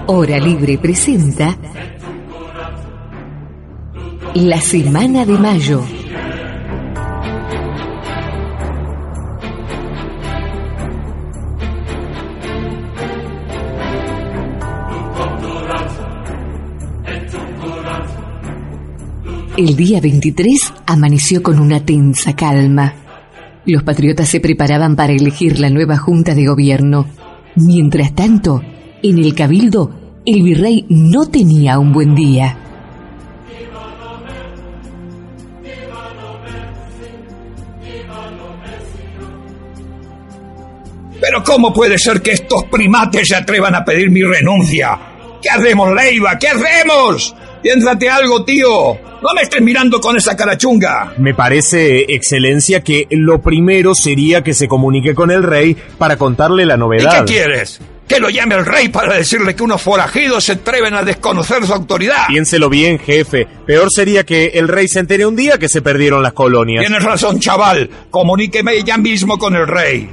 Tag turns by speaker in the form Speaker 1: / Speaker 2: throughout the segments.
Speaker 1: Hora Libre presenta La Semana de Mayo. El día 23 amaneció con una tensa calma. Los patriotas se preparaban para elegir la nueva Junta de Gobierno. Mientras tanto, en el Cabildo, el virrey no tenía un buen día.
Speaker 2: ¿Pero cómo puede ser que estos primates se atrevan a pedir mi renuncia? ¿Qué hacemos, Leiva? ¿Qué hacemos? Piénsate algo, tío. No me estés mirando con esa cara chunga.
Speaker 3: Me parece, Excelencia, que lo primero sería que se comunique con el rey para contarle la novedad.
Speaker 2: ¿Y qué quieres? ¿Que lo llame el rey para decirle que unos forajidos se atreven a desconocer su autoridad?
Speaker 3: Piénselo bien, jefe. Peor sería que el rey se entere un día que se perdieron las colonias.
Speaker 2: Tienes razón, chaval. Comuníqueme ya mismo con el rey.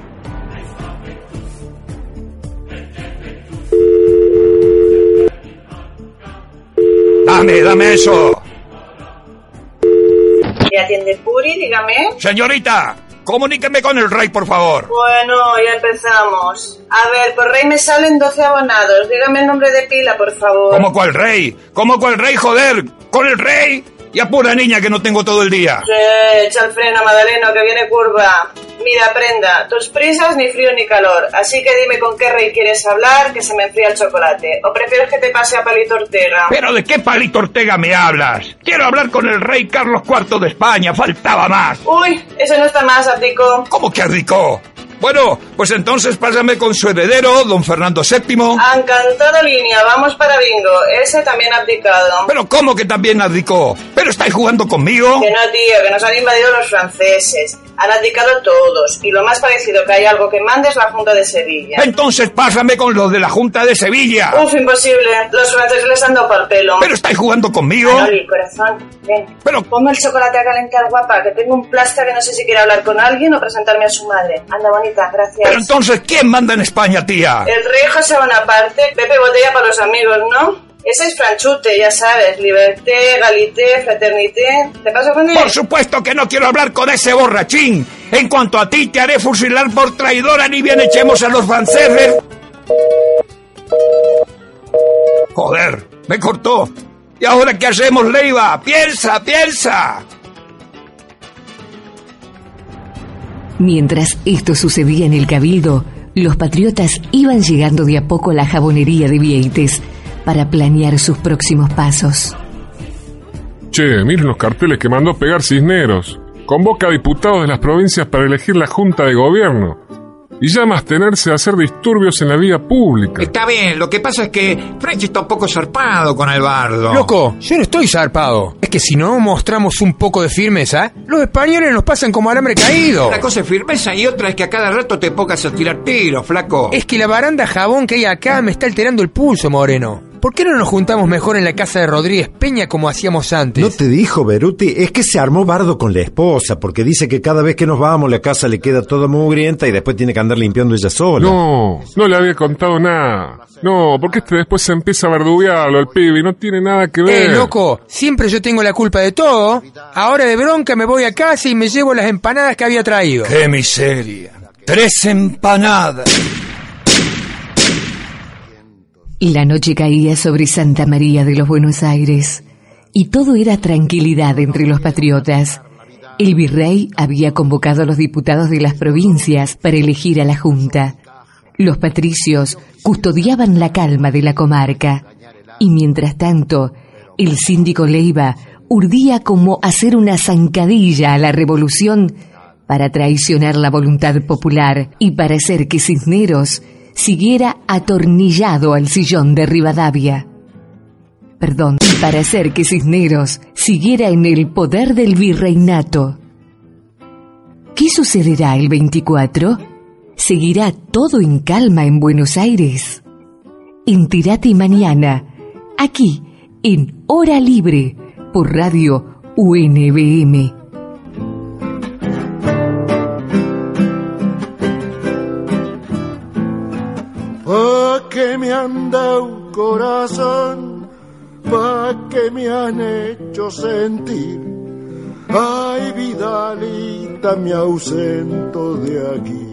Speaker 2: Dame eso.
Speaker 4: ¿Le atiende Puri? Dígame.
Speaker 2: Señorita, comuníqueme con el rey, por favor.
Speaker 4: Bueno, ya empezamos. A ver, por rey me salen 12 abonados. Dígame el nombre de pila, por favor.
Speaker 2: ¿Cómo cuál rey? ¿Cómo cuál rey, joder? ¿Con el rey? Y apura, niña, que no tengo todo el día.
Speaker 4: Sí, echa el freno, Madaleno, que viene curva. Mira, prenda, tus prisas ni frío ni calor. Así que dime con qué rey quieres hablar, que se me enfría el chocolate. ¿O prefieres que te pase a Palito Ortega?
Speaker 2: ¿Pero de qué Palito Ortega me hablas? Quiero hablar con el rey Carlos IV de España, faltaba más.
Speaker 4: Uy, ese no está más, abdicó.
Speaker 2: ¿Cómo que abdicó? Bueno, pues entonces pásame con su heredero, don Fernando VII.
Speaker 4: Encantado, línea, vamos para bingo. Ese también ha abdicado.
Speaker 2: ¿Pero cómo que también abdicó? ¿Pero estáis jugando conmigo?
Speaker 4: Que no, tío, que nos han invadido los franceses. Han abdicado todos. Y lo más parecido que hay algo que mande es la Junta de Sevilla.
Speaker 2: Entonces pásame con los de la Junta de Sevilla.
Speaker 4: Uf, imposible. Los franceses les han dado por pelo.
Speaker 2: ¿Pero estáis jugando conmigo?
Speaker 4: Manoli, corazón, ven.
Speaker 2: Pero...
Speaker 4: ponme el chocolate a calentar, guapa, que tengo un plástico que no sé si quiere hablar con alguien o presentarme a su madre. Anda, bonita, gracias.
Speaker 2: Pero entonces, ¿quién manda en España, tía?
Speaker 4: El rey José Bonaparte, Pepe Botella para los amigos, ¿no? Ese es franchute, ya sabes, liberté, galité, fraternité. ¿Te paso con él?
Speaker 2: Por supuesto que no quiero hablar con ese borrachín. En cuanto a ti, te haré fusilar por traidora, ni bien echemos a los franceses. Joder, me cortó. ¿Y ahora qué hacemos, Leiva? ¡Piensa!
Speaker 1: Mientras esto sucedía en el Cabildo, los patriotas iban llegando de a poco a la jabonería de Vieites para planear sus próximos pasos.
Speaker 5: Che, miren los carteles que mandó pegar Cisneros. Convoca a diputados de las provincias para elegir la Junta de Gobierno. Y llama a abstenerse a hacer disturbios en la vía pública.
Speaker 6: Está bien, lo que pasa es que Frenchy está un poco zarpado con el bardo.
Speaker 7: Loco, yo no estoy zarpado. Es que si no mostramos un poco de firmeza, los españoles nos pasan como alambre caído.
Speaker 6: Una cosa es firmeza y otra es que a cada rato te pongas a tirar tiros, flaco.
Speaker 7: Es que la baranda jabón que hay acá me está alterando el pulso, Moreno. ¿Por qué no nos juntamos mejor en la casa de Rodríguez Peña como hacíamos antes?
Speaker 8: No te dijo, Beruti, es que se armó bardo con la esposa, porque dice que cada vez que nos vamos la casa le queda toda mugrienta y después tiene que andar limpiando ella sola.
Speaker 5: No le había contado nada. No, porque después se empieza a verduguearlo el pibe y no tiene nada que ver.
Speaker 7: Loco, siempre yo tengo la culpa de todo. Ahora de bronca me voy a casa y me llevo las empanadas que había traído.
Speaker 2: ¡Qué miseria! 3 empanadas.
Speaker 1: La noche caía sobre Santa María de los Buenos Aires y todo era tranquilidad entre los patriotas. El virrey había convocado a los diputados de las provincias para elegir a la Junta. Los patricios custodiaban la calma de la comarca y mientras tanto el síndico Leiva urdía cómo hacer una zancadilla a la revolución para traicionar la voluntad popular y para hacer que Cisneros siguiera atornillado al sillón de Rivadavia. Para hacer que Cisneros siguiera en el poder del virreinato. ¿Qué sucederá el 24? ¿Seguirá todo en calma en Buenos Aires? Entérate mañana, aquí, en Hora Libre, por Radio UNBM.
Speaker 9: Que me han dado corazón, pa' que me han hecho sentir. Ay, Vidalita, me ausento de aquí.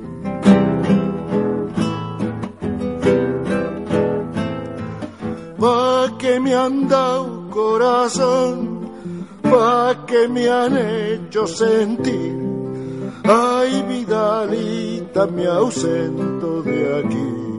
Speaker 9: Pa' que me han dado corazón, pa' que me han hecho sentir. Ay, Vidalita, me ausento de aquí.